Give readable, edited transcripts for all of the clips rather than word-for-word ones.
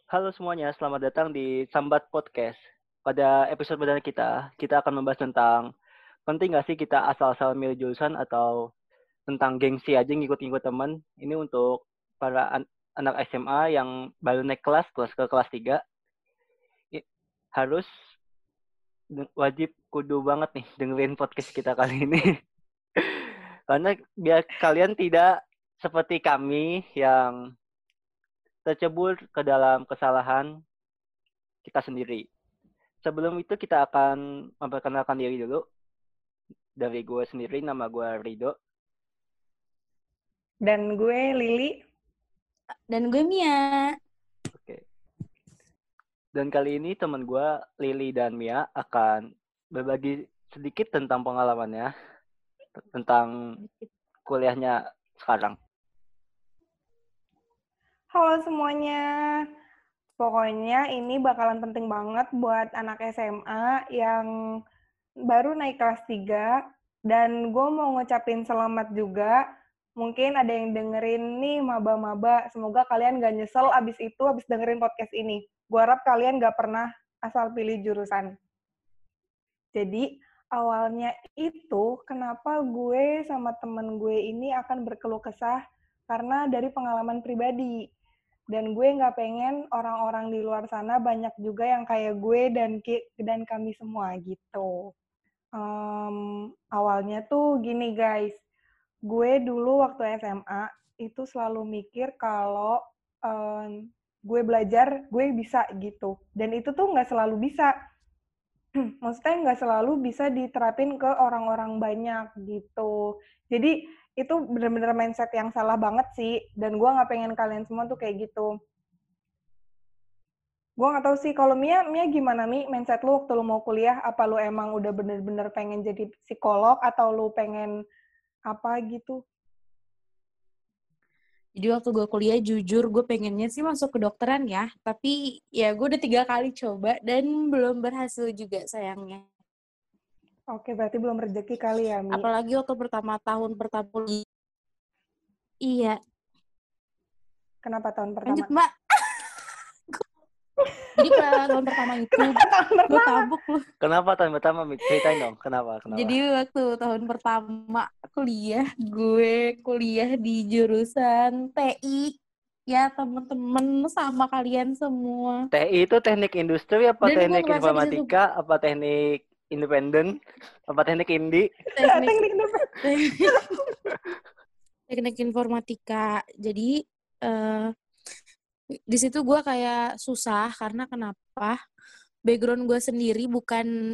Halo semuanya, selamat datang di Sambat Podcast. Pada episode perdana kita akan membahas tentang penting nggak sih kita asal-asal milih jurusan atau tentang gengsi aja ngikut-ngikut teman. Ini untuk para anak SMA yang baru naik kelas ke kelas 3. Harus wajib kudu banget nih dengerin podcast kita kali ini. Karena biar kalian tidak seperti kami yang tercebur ke dalam kesalahan kita sendiri. Sebelum itu kita akan memperkenalkan diri dulu. Dari gue sendiri, nama gue Rido. Dan gue Lili. Dan gue Mia. Oke. Dan kali ini teman gue Lili dan Mia akan berbagi sedikit tentang pengalamannya, tentang kuliahnya sekarang. Halo semuanya. Pokoknya ini bakalan penting banget buat anak SMA yang baru naik kelas 3. Dan gue mau ngucapin selamat juga. Mungkin ada yang dengerin nih maba-maba. Semoga kalian gak nyesel abis dengerin podcast ini. Gue harap kalian gak pernah asal pilih jurusan. Jadi, awalnya itu kenapa gue sama temen gue ini akan berkeluh kesah karena dari pengalaman pribadi. Dan gue nggak pengen orang-orang di luar sana banyak juga yang kayak gue dan kami semua gitu. Awalnya tuh gini guys, gue dulu waktu SMA itu selalu mikir kalau gue belajar, gue bisa gitu. Dan itu tuh nggak selalu bisa. Maksudnya nggak selalu bisa diterapin ke orang-orang banyak gitu. Jadi itu bener-bener mindset yang salah banget sih, dan gue nggak pengen kalian semua tuh kayak gitu. Gue nggak tahu sih, kalau Mia gimana Mi? Mindset lu waktu lu mau kuliah, apa lu emang udah bener-bener pengen jadi psikolog, atau lu pengen apa gitu? Jadi waktu gue kuliah jujur gue pengennya sih masuk kedokteran ya. Tapi ya gue udah 3 kali coba dan belum berhasil juga sayangnya. Oke, berarti belum rezeki kali ya Mi? Apalagi waktu tahun pertama kuliah. Iya. Kenapa tahun pertama? Lanjut Mbak. Jadi tahun pertama itu gue tabuk loh. Kenapa tahun pertama? Ceritain dong, kenapa? Jadi waktu tahun pertama kuliah, gue kuliah di jurusan TI. Ya temen-temen sama kalian semua. TI itu teknik industri apa Dan teknik informatika apa teknik independen apa teknik indie? Teknik informatika. Jadi di situ gue kayak susah karena kenapa? Background gue sendiri bukan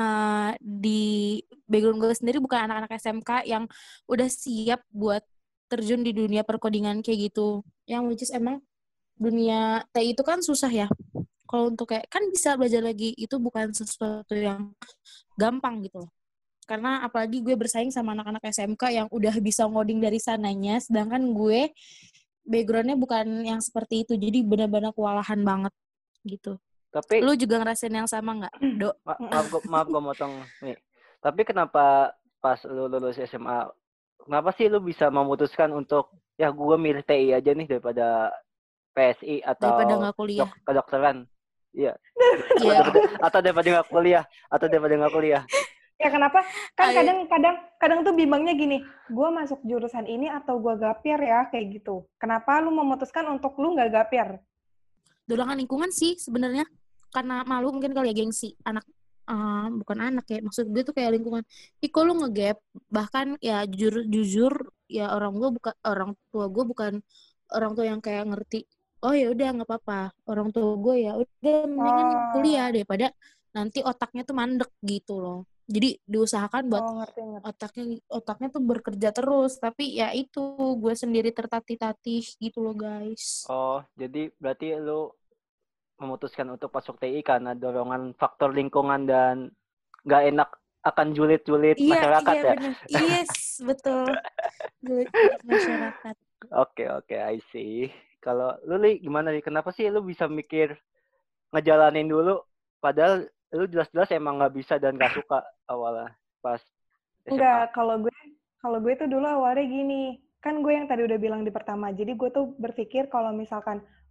anak-anak SMK yang udah siap buat terjun di dunia perkodingan kayak gitu. Yang which is emang dunia TI itu kan susah ya. Kalau untuk kayak kan bisa belajar lagi, itu bukan sesuatu yang gampang gitu loh. Karena apalagi gue bersaing sama anak-anak SMK yang udah bisa ngoding dari sananya, sedangkan gue background-nya bukan yang seperti itu, jadi benar-benar kewalahan banget gitu. Tapi lu juga ngerasain yang sama nggak, Dok? Maaf gue motong nih. Tapi kenapa pas lu lulus SMA, kenapa sih lu bisa memutuskan untuk ya gue milih TI aja nih daripada PSI atau Daripada nggak kuliah. kedokteran? Iya. Iya. Atau daripada nggak kuliah. Ya kenapa? Kan kadang tuh bimbangnya gini, gue masuk jurusan ini atau gue gapir ya, kayak gitu. Kenapa lu memutuskan untuk lu nggak gapir? Dorongan lingkungan sih sebenarnya, karena malu mungkin kali ya, gengsi anak. Bukan anak ya, maksud gue tuh kayak lingkungan. Kok lu nge-gap? Bahkan ya jujur ya orang tua gue bukan orang tua yang kayak ngerti. Oh ya udah nggak apa-apa. Orang tua gue ya udah mendingan kuliah daripada nanti otaknya tuh mandek gitu loh. Jadi diusahakan buat ngerti. otaknya tuh bekerja terus, tapi ya itu gue sendiri tertatih-tatih gitu loh guys. Oh, jadi berarti lu memutuskan untuk masuk TI karena dorongan faktor lingkungan dan nggak enak akan julid-julid masyarakat ya? Bener. Yes, betul. Julid masyarakat. Oke, I see. Kalau lu gimana nih? Kenapa sih lu bisa mikir ngejalanin dulu padahal lu jelas-jelas emang nggak bisa dan nggak suka awalnya pas SMA? Enggak, kalau gue tuh dulu awalnya gini, kan gue yang tadi udah bilang di pertama, jadi gue tuh berpikir kalau misalkan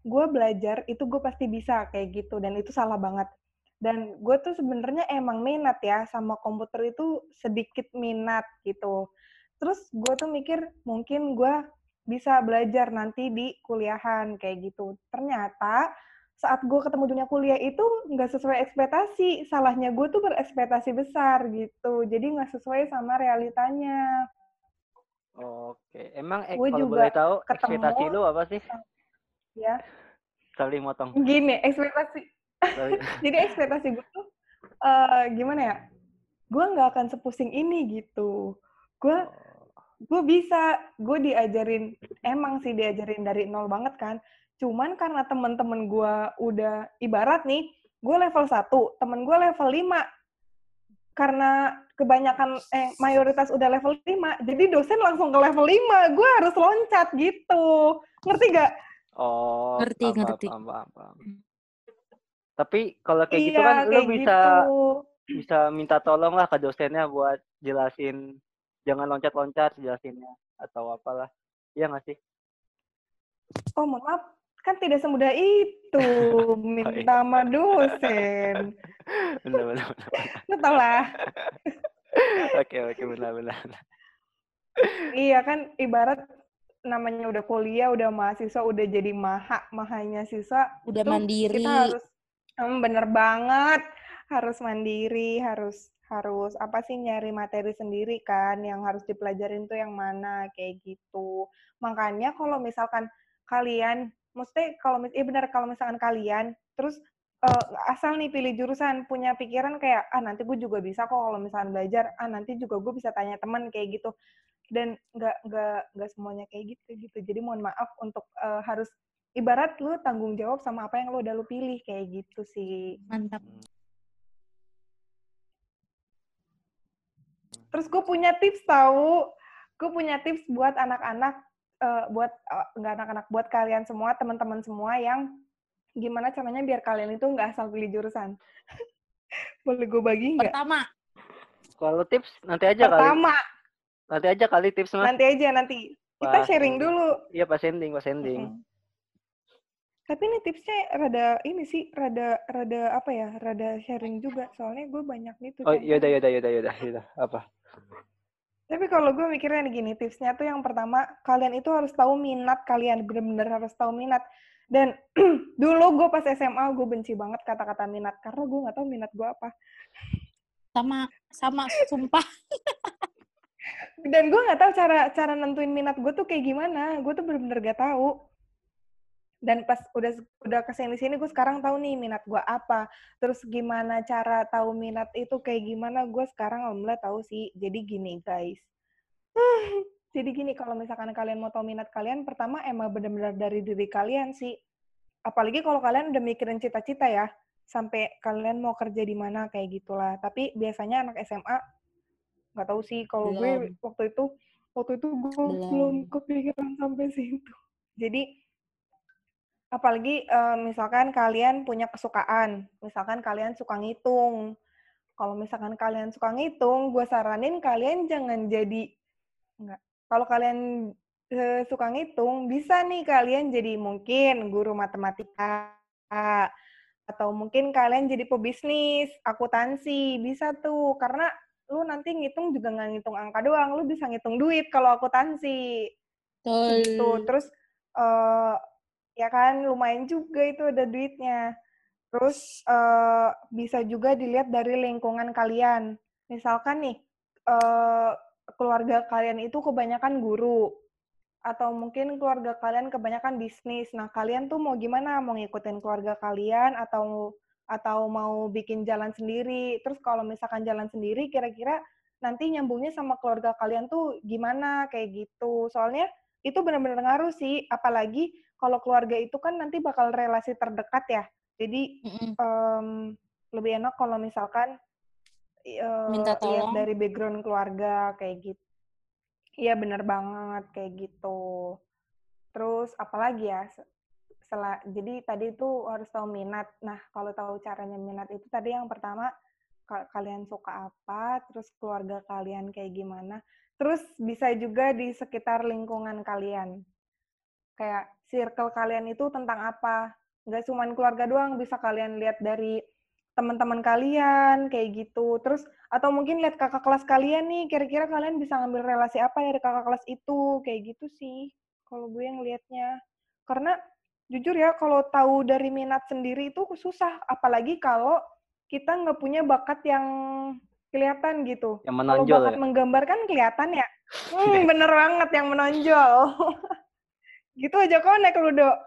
gue belajar itu gue pasti bisa kayak gitu, dan itu salah banget. Dan gue tuh sebenarnya emang minat ya sama komputer, itu sedikit minat gitu. Terus gue tuh mikir mungkin gue bisa belajar nanti di kuliahan kayak gitu. Ternyata saat gue ketemu dunia kuliah itu nggak sesuai ekspektasi. Salahnya gue tuh berekspektasi besar gitu. Jadi nggak sesuai sama realitanya. Oke. Emang Gue kalau boleh juga tahu ekspektasi ketemu, lu apa sih? ya Saling motong. gini, ekspektasi. Saling. Jadi ekspektasi gue tuh gimana ya? Gue nggak akan sepusing ini gitu. Gue Oh. gue bisa, gue diajarin, emang sih diajarin dari nol banget kan. Cuman karena temen-temen gue udah, ibarat nih, gue level 1, temen gue level 5. Karena kebanyakan, mayoritas udah level 5, jadi dosen langsung ke level 5. Gue harus loncat gitu. Ngerti gak? Oh, Ngerti, paham, paham, ngerti. paham, paham, paham. Tapi kalau kayak gitu Iya, kan lu kayak gitu. bisa minta tolong lah ke dosennya buat jelasin, jangan loncat-loncat jelasinnya atau apalah. Iya nggak sih? Oh, mohon maaf, kan tidak semudah itu Oh iya. minta sama dosen. Benar, benar, benar, benar. Lu tau lah. Oke, oke, benar, benar. Iya kan, ibarat namanya udah kuliah, udah mahasiswa, udah jadi mahanya siswa, Udah tuh kita mandiri. harus, bener banget, harus mandiri, harus apa sih, nyari materi sendiri kan, yang harus dipelajarin tuh yang mana, kayak gitu. Makanya kalau misalkan kalian, maksudnya benar, kalau misalkan kalian, terus asal nih pilih jurusan, punya pikiran kayak, nanti gue juga bisa kok kalau misalkan belajar, nanti juga gue bisa tanya teman, kayak gitu. Dan nggak semuanya kayak gitu. Jadi mohon maaf untuk harus, ibarat lu tanggung jawab sama apa yang lu udah pilih, kayak gitu sih. Mantap. Terus gue punya tips tahu, gue punya tips buat anak-anak, nggak anak-anak, buat kalian semua, teman-teman semua, yang gimana caranya biar kalian itu nggak asal pilih jurusan. Boleh gue bagi nggak? Pertama, Kalau tips nanti aja kali. Pertama, Nanti aja kali tips mah. nanti kita Pas sharing ending. dulu. Iya, pas ending, pas ending. Tapi ini tipsnya rada ini sih, rada apa ya, rada sharing juga. Soalnya gue banyak gitu Oh, yaudah, contohnya. yaudah, yaudah, yaudah, yaudah. Apa? Tapi kalau gue mikirnya gini, tipsnya tuh yang pertama, kalian itu harus tahu minat kalian, bener-bener harus tahu minat. Dan dulu gue pas SMA, gue benci banget kata-kata minat, karena gue nggak tahu minat gue apa. sama sumpah. Dan gue nggak tahu cara nentuin minat gue tuh kayak gimana. Gue tuh bener-bener gak tahu. Dan pas udah kesini sini, gue sekarang tahu nih minat gue apa. Terus gimana cara tahu minat itu kayak gimana, gue sekarang alhamdulillah tahu sih. Jadi gini guys. Jadi gini, kalau misalkan kalian mau tahu minat kalian, pertama emang benar-benar dari diri kalian sih. Apalagi kalau kalian udah mikirin cita-cita ya, sampai kalian mau kerja di mana, kayak gitulah. Tapi biasanya anak SMA, nggak tahu sih, kalau gue Belum. waktu itu gue belum Belum. kepikiran sampai situ. Jadi, apalagi misalkan kalian punya kesukaan, misalkan kalian suka ngitung. Kalau misalkan kalian suka ngitung, gue saranin kalian jangan jadi, enggak. Kalau kalian suka ngitung, bisa nih kalian jadi mungkin guru matematika, atau mungkin kalian jadi pebisnis, akuntansi, bisa tuh. Karena lu nanti ngitung juga nggak ngitung angka doang, lu bisa ngitung duit kalau akuntansi. Gitu. Betul. Terus, ya kan, lumayan juga itu ada duitnya. Terus bisa juga dilihat dari lingkungan kalian. Misalkan nih, keluarga kalian itu kebanyakan guru, atau mungkin keluarga kalian kebanyakan bisnis. Nah, kalian tuh mau gimana? Mau ngikutin keluarga kalian atau mau bikin jalan sendiri? Terus kalau misalkan jalan sendiri, kira-kira nanti nyambungnya sama keluarga kalian tuh gimana? Kayak gitu. Soalnya itu benar-benar ngaruh sih, apalagi kalau keluarga itu kan nanti bakal relasi terdekat ya. Jadi Mm-mm. lebih enak kalau misalkan Minta lihat tolong. dari background keluarga, kayak gitu. Iya, bener banget, kayak gitu. Terus apalagi ya? Jadi tadi itu harus tahu minat. Nah, kalau tahu caranya minat itu tadi yang pertama, kalian suka apa, terus keluarga kalian kayak gimana. Terus bisa juga di sekitar lingkungan kalian. kayak circle kalian itu tentang apa. Nggak cuma keluarga doang, bisa kalian lihat dari teman-teman kalian, kayak gitu. Terus, atau mungkin lihat kakak kelas kalian nih, kira-kira kalian bisa ngambil relasi apa dari kakak kelas itu, kayak gitu sih. Kalau gue yang lihatnya. Karena, jujur ya, kalau tahu dari minat sendiri itu susah. Apalagi kalau kita nggak punya bakat yang kelihatan gitu. Yang Kalau menonjol bakat ya. menggambar kan kelihatan ya. Bener banget yang menonjol. Gitu aja konek lu, Dok.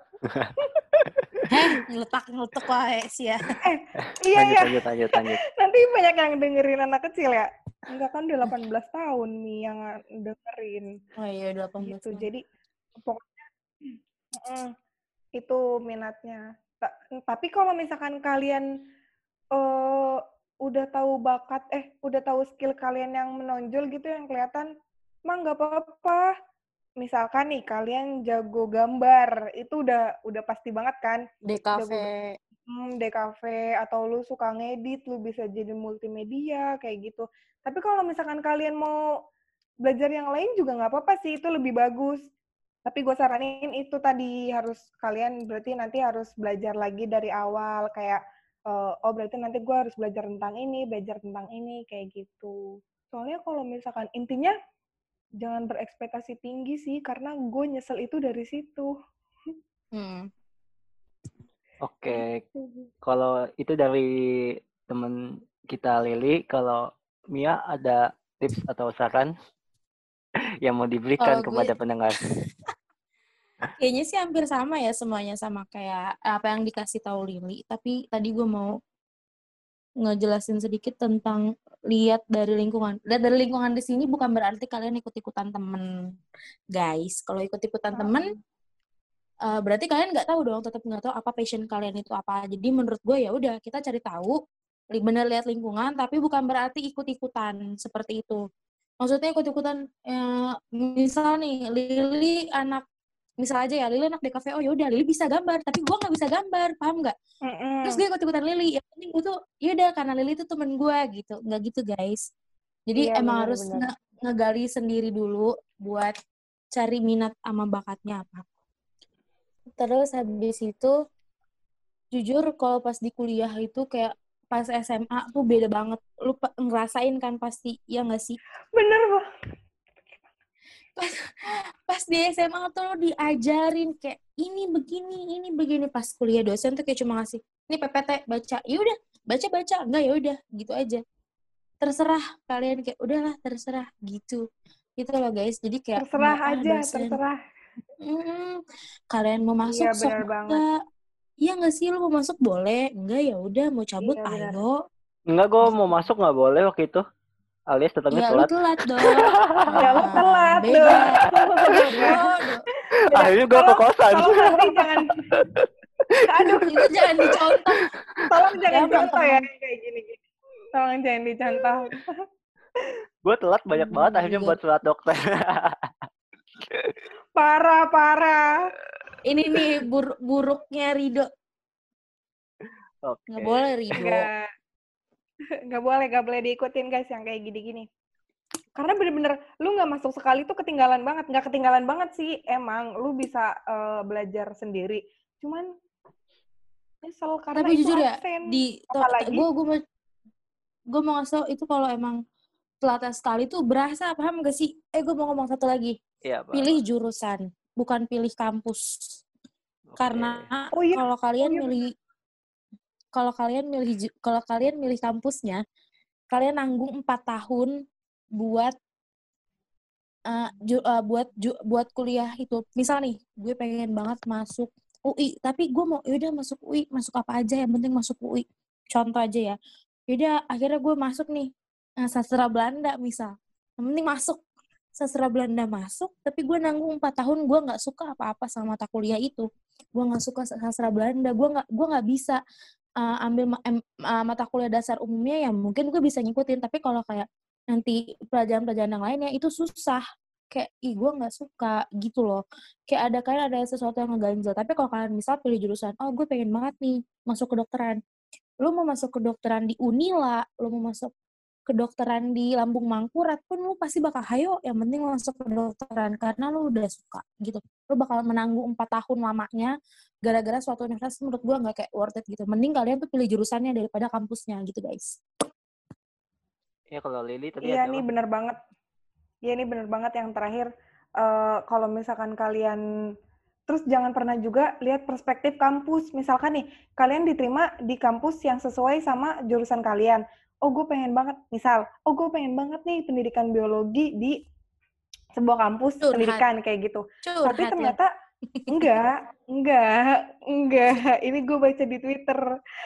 Ngeletak wae sih ya. Iya ya. Lanjut. Nanti banyak yang dengerin anak kecil ya. Enggak kan udah 18 tahun nih yang dengerin. Oh iya, 18 Gitu. tahun. Jadi pokoknya itu minatnya. Tapi kalau misalkan kalian udah tahu udah tahu skill kalian yang menonjol gitu yang kelihatan, mah nggak apa-apa. Misalkan nih kalian jago gambar, itu udah pasti banget kan. DKV. DKV, atau lu suka ngedit, lu bisa jadi multimedia kayak gitu. Tapi kalau misalkan kalian mau belajar yang lain juga nggak apa-apa sih, itu lebih bagus. Tapi gue saranin itu tadi kalian berarti nanti harus belajar lagi dari awal kayak berarti nanti gue harus belajar tentang ini kayak gitu. Soalnya kalau misalkan intinya jangan berekspektasi tinggi sih, karena gue nyesel itu dari situ. Oke, kalau itu dari temen kita Lili, kalau Mia ada tips atau saran yang mau diberikan kepada pendengar? Kayaknya sih hampir sama ya semuanya, sama kayak apa yang dikasih tahu Lili. Tapi tadi gue mau ngejelasin sedikit tentang lihat dari lingkungan. Lihat dari lingkungan di sini bukan berarti kalian ikut-ikutan temen, guys. Kalau ikut-ikutan temen, berarti kalian nggak tahu dong, tetap nggak tahu apa passion kalian itu apa. Jadi menurut gue ya udah, kita cari tahu, bener lihat lingkungan, tapi bukan berarti ikut-ikutan seperti itu. Maksudnya ikut-ikutan, misal nih Lili anak, misal aja ya Lili anak DKV, oh yaudah Lili bisa gambar, tapi gue nggak bisa gambar, paham nggak? Terus gue ikut-ikutan Lili, yang penting gue tuh yaudah karena Lili itu temen gue gitu, nggak gitu guys. Jadi Iya, emang bener, harus ngegali sendiri dulu buat cari minat sama bakatnya apa. Terus habis itu, jujur kalau pas di kuliah itu kayak pas SMA tuh beda banget. Lu ngerasain kan pasti, ya nggak sih? Bener, Bang. Pas di SMA tuh lu diajarin kayak ini begini. Pas kuliah dosen tuh kayak cuma ngasih, ini PPT baca. Ya udah, baca. Enggak ya udah, gitu aja. Terserah kalian, kayak udahlah terserah gitu. Gitu loh guys. Jadi kayak terserah aja, dosen. terserah. Kalian mau masuk Iya, sok enggak? Iya nggak sih, lu mau masuk boleh, enggak ya udah mau cabut Iya, ayo. Enggak, gue mau masuk nggak boleh waktu itu. Alias datangnya Ya telat. lu telat dong. Ya lu telat beda. dong. Akhirnya gue ke kosan. Tolong nanti jangan. Aduh, itu jangan dicontoh. Tolong jangan Ya, contoh ya kayak gini. Tolong jangan dicontoh. Gue telat banyak banget akhirnya buat surat dokter. Parah. Ini nih buruknya Rido. Okay. Nggak boleh Rido. Nggak boleh diikutin guys yang kayak gini-gini. Karena bener-bener lu nggak masuk sekali tuh ketinggalan banget. Nggak ketinggalan banget sih, emang lu bisa belajar sendiri. Cuman nyesel karena tapi itu jujur ya, absen. gue mau ngasih tau itu kalau emang telat sekali tuh berasa, paham gak sih? Gue mau ngomong satu lagi. Iya, pilih jurusan, bukan pilih kampus. Karena kalau kalian milih kampusnya, kalian nanggung 4 tahun buat buat kuliah itu. Misal nih, gue pengen banget masuk UI, tapi gue mau yaudah masuk UI, masuk apa aja yang penting masuk UI. Contoh aja ya. Yaudah akhirnya gue masuk nih sastra Belanda misal. Yang penting masuk sastra Belanda masuk, tapi gue nanggung 4 tahun gue nggak suka apa-apa sama mata kuliah itu. Gue nggak suka sastra Belanda, gue nggak bisa ambil mata kuliah dasar umumnya, ya mungkin gue bisa ngikutin, tapi kalau kayak nanti pelajaran-pelajaran yang lainnya itu susah, kayak gue nggak suka gitu loh, kayak ada sesuatu yang ngeganjel. Tapi kalau kalian misal pilih jurusan, oh gue pengen banget nih masuk kedokteran, lu mau masuk kedokteran di Unila, lu mau masuk kedokteran di Lambung Mangkurat pun lu pasti bakal hayo yang penting lu masuk kedokteran karena lu udah suka gitu. Lu bakal menanggung 4 tahun lamanya gara-gara suatu universitas menurut gua nggak kayak worth it gitu. Mending kalian tuh pilih jurusannya daripada kampusnya gitu guys. Ya kalau Lily tadi Iya ada nih apa? bener banget. Iya nih bener banget yang terakhir. Kalau misalkan kalian terus jangan pernah juga lihat perspektif kampus. Misalkan nih, kalian diterima di kampus yang sesuai sama jurusan kalian. Oh, gue pengen banget. Misal, oh gue pengen banget nih pendidikan biologi di sebuah kampus Curhat. pendidikan kayak gitu. Tapi Curhat ya. ternyata enggak. Ini gue baca di Twitter.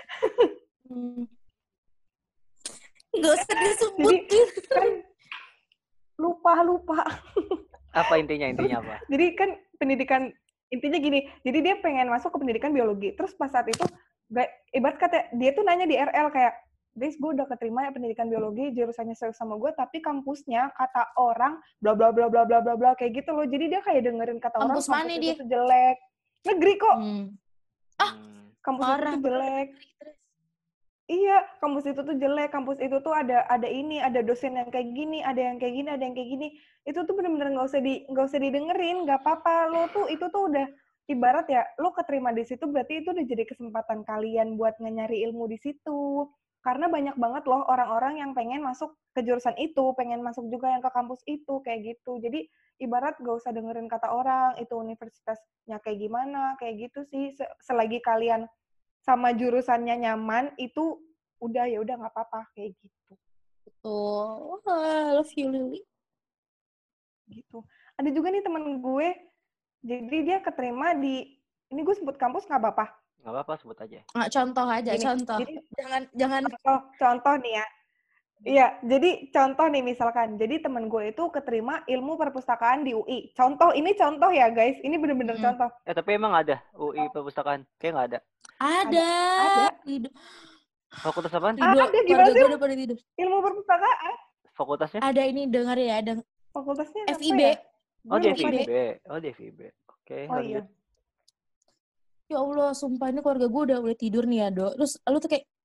Nggak usah Jadi disebutin. kan lupa. Apa intinya apa? Jadi kan pendidikan intinya gini. Jadi dia pengen masuk ke pendidikan biologi. Terus pas saat itu ibarat kata dia tuh nanya di RL kayak, guys, gue udah keterima ya pendidikan biologi, jurusannya sesuai sama gue, tapi kampusnya kata orang bla bla bla bla bla bla bla kayak gitu loh. Jadi dia kayak dengerin kata orang Kampus mana kampus itu dia? tuh jelek. Negeri kok. Kampus itu Parah. tuh jelek. Iya, kampus itu tuh jelek. Kampus itu tuh ada dosen yang kayak gini, ada yang kayak gini, ada yang kayak gini. Itu tuh benar-benar nggak usah didengerin, nggak apa-apa. Lo tuh itu tuh udah ibarat ya, lo keterima di situ berarti itu udah jadi kesempatan kalian buat nyari ilmu di situ. Karena banyak banget loh orang-orang yang pengen masuk ke jurusan itu, pengen masuk juga yang ke kampus itu kayak gitu. Jadi ibarat nggak usah dengerin kata orang, itu universitasnya kayak gimana, kayak gitu sih. Selagi kalian sama jurusannya nyaman itu udah ya udah nggak apa-apa kayak gitu. Betul. I love you Lily. Gitu. Ada juga nih temen gue, jadi dia keterima di, ini gue sebut kampus nggak apa-apa? Nggak apa-apa, sebut aja. Contoh aja, Gini, contoh. jadi Jangan. Contoh nih ya. Iya, jadi contoh nih misalkan, jadi temen gue itu keterima ilmu perpustakaan di UI. Ini contoh ya guys, ini bener-bener contoh. Tapi emang ada UI perpustakaan? Kayak nggak ada. Ada. Fakultas apaan? Ada, gimana sih? Ilmu perpustakaan. Fakultasnya? Ada ini, dengar ya, ada fakultasnya FIB. apa ya? Oh, di FIB. Oke, Oh lanjut. iya. Ya Allah, sumpah ini keluarga gue udah tidur nih ya, Dok. Terus lu tuh kayak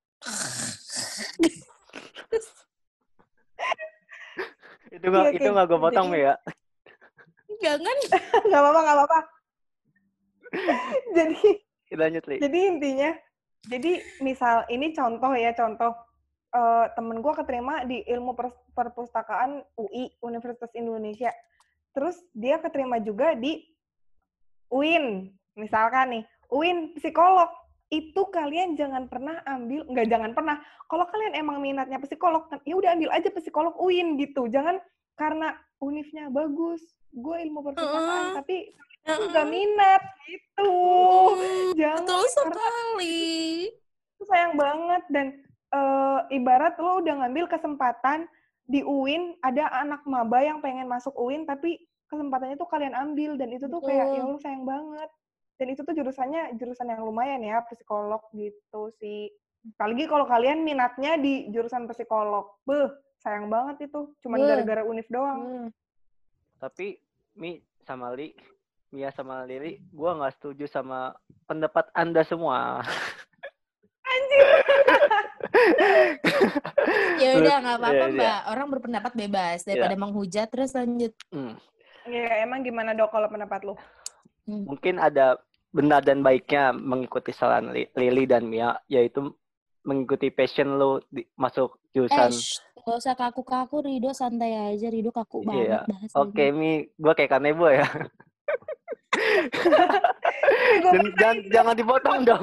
itu nggak gue potong ya. Jangan. Nggak apa-apa. Lanjut, Li. Jadi intinya, jadi misal ini contoh temen gue keterima di ilmu perpustakaan UI, Universitas Indonesia. Terus dia keterima juga di UIN, misalkan nih, UIN psikolog. Itu kalian jangan pernah kalau kalian emang minatnya psikolog, ya udah ambil aja psikolog UIN gitu. Jangan karena univnya bagus, gue ilmu perpustakaan, tapi nggak minat gitu. Jangan. Betul sekali. Itu sayang banget. Dan ibarat lo udah ngambil kesempatan di UIN, ada anak maba yang pengen masuk UIN, tapi kesempatannya tuh kalian ambil, dan itu tuh kayak ya Allah sayang banget. Dan itu tuh jurusan yang lumayan ya, psikolog gitu sih. Apalagi kalau kalian minatnya di jurusan psikolog. Sayang banget itu. Cuman gara-gara univ doang. Tapi Mia sama Lili, gue nggak setuju sama pendapat Anda semua. Anjir. Ya udah nggak apa-apa Mbak. Orang berpendapat bebas daripada menghujat. Terus lanjut. Ya emang gimana Dok kalau pendapat lo? Mungkin ada benar dan baiknya mengikuti saran Lili dan Mia, yaitu mengikuti passion lo masuk jurusan. Gak usah kaku-kaku, Rido santai aja. Rido kaku banget bahasanya. Oke, Mi, gue kayak Kanebo ya. Jangan dipotong dong.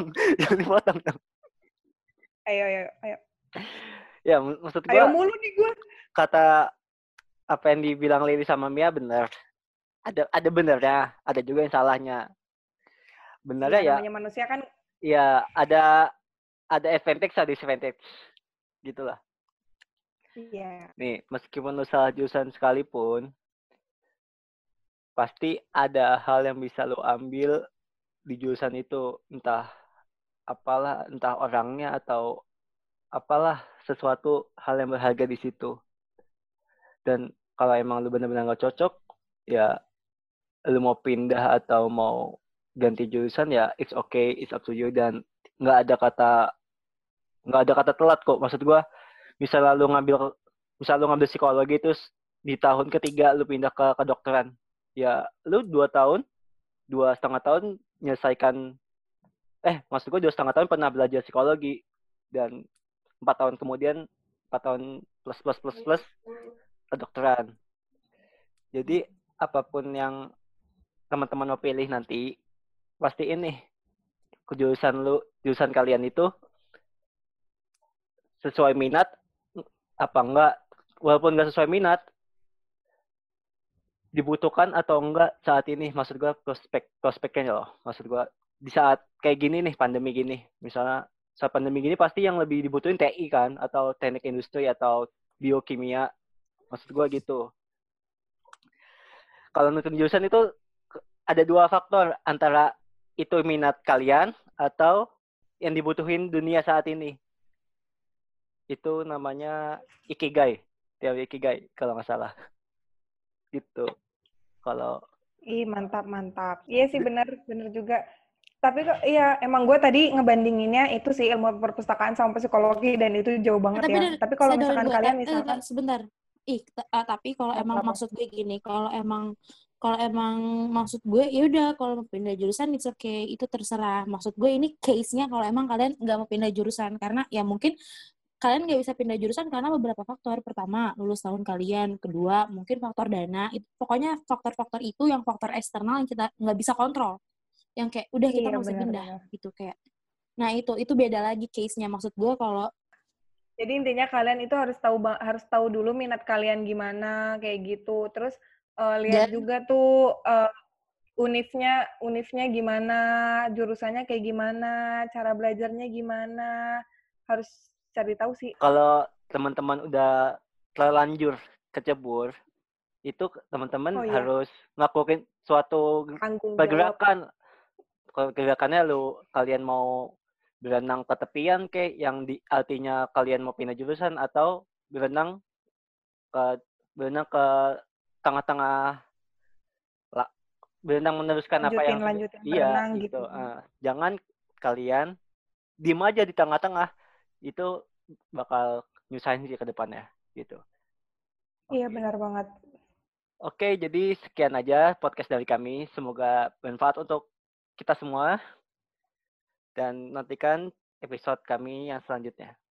Ayo. Ya, maksud gue. Ayo mulu nih gue. Kata apa yang dibilang Lili sama Mia benar. Ada benernya, ada juga yang salahnya. Benarnya ya. Namanya manusia kan. Ya, ada advantage, ada disadvantage. Gitulah. Iya. Nih, meskipun lu salah jurusan sekalipun, pasti ada hal yang bisa lu ambil di jurusan itu, entah orangnya atau apalah, sesuatu hal yang berharga di situ. Dan kalau emang lu benar-benar nggak cocok, ya lu mau pindah atau mau ganti jurusan ya it's okay, it's up to you. Dan nggak ada kata telat kok. Maksud gua, misalnya lu ngambil misal lu ngambil psikologi terus di tahun ketiga lu pindah ke kedokteran, ya lu 2 setengah tahun menyelesaikan, maksud gue 2,5 tahun pernah belajar psikologi, dan 4 tahun kemudian 4 tahun plus kedokteran. Jadi apapun yang teman-teman mau pilih nanti, pastiin nih jurusan kalian itu sesuai minat apa enggak. Walaupun nggak sesuai minat, dibutuhkan atau enggak saat ini, maksud gue prospeknya loh. Maksud gue di saat kayak gini nih, pandemi gini, misalnya saat pandemi gini pasti yang lebih dibutuhin TI kan, atau teknik industri atau biokimia. Maksud gue gitu. Kalau nentuin jurusan itu ada 2 faktor, antara itu minat kalian atau yang dibutuhin dunia saat ini. Itu namanya ikigai, teori ikigai kalau nggak salah. Gitu. Kalau Mantap. Iya sih, benar juga. Tapi kok iya, emang gue tadi ngebandinginnya itu sih ilmu perpustakaan sama psikologi, dan itu jauh banget ya. Tapi kalau misalkan kalian misalkan sebentar. Tapi kalau emang maksud gue gini, kalau emang maksud gue ya udah, kalau mau pindah jurusan it's okay, itu terserah. Maksud gue ini case-nya kalau emang kalian nggak mau pindah jurusan, karena ya mungkin kalian nggak bisa pindah jurusan karena beberapa faktor. Pertama, lulus tahun kalian. Kedua, mungkin faktor dana. Itu pokoknya faktor-faktor itu yang faktor eksternal yang kita nggak bisa kontrol. Yang kayak udah kita nggak bisa pindah gitu kayak. Nah itu beda lagi case-nya. Maksud gue kalau jadi intinya kalian itu harus tahu dulu minat kalian gimana kayak gitu. Terus lihat juga tuh univnya gimana, jurusannya kayak gimana, cara belajarnya gimana. Harus cari tahu sih. kalau teman-teman udah terlanjur kecebur, itu teman-teman harus ngelakuin suatu pergerakan. Kalau gerakannya kalian mau berenang ke tepian kayak yang artinya kalian mau pindah jurusan, atau berenang ke tengah-tengah, berenang meneruskan apa yang berenang gitu. Jangan kalian diem aja di tengah-tengah, itu bakal nyusahin sih ke depannya gitu. Iya, benar banget. Oke, jadi sekian aja podcast dari kami. Semoga bermanfaat untuk kita semua. Dan nantikan episode kami yang selanjutnya.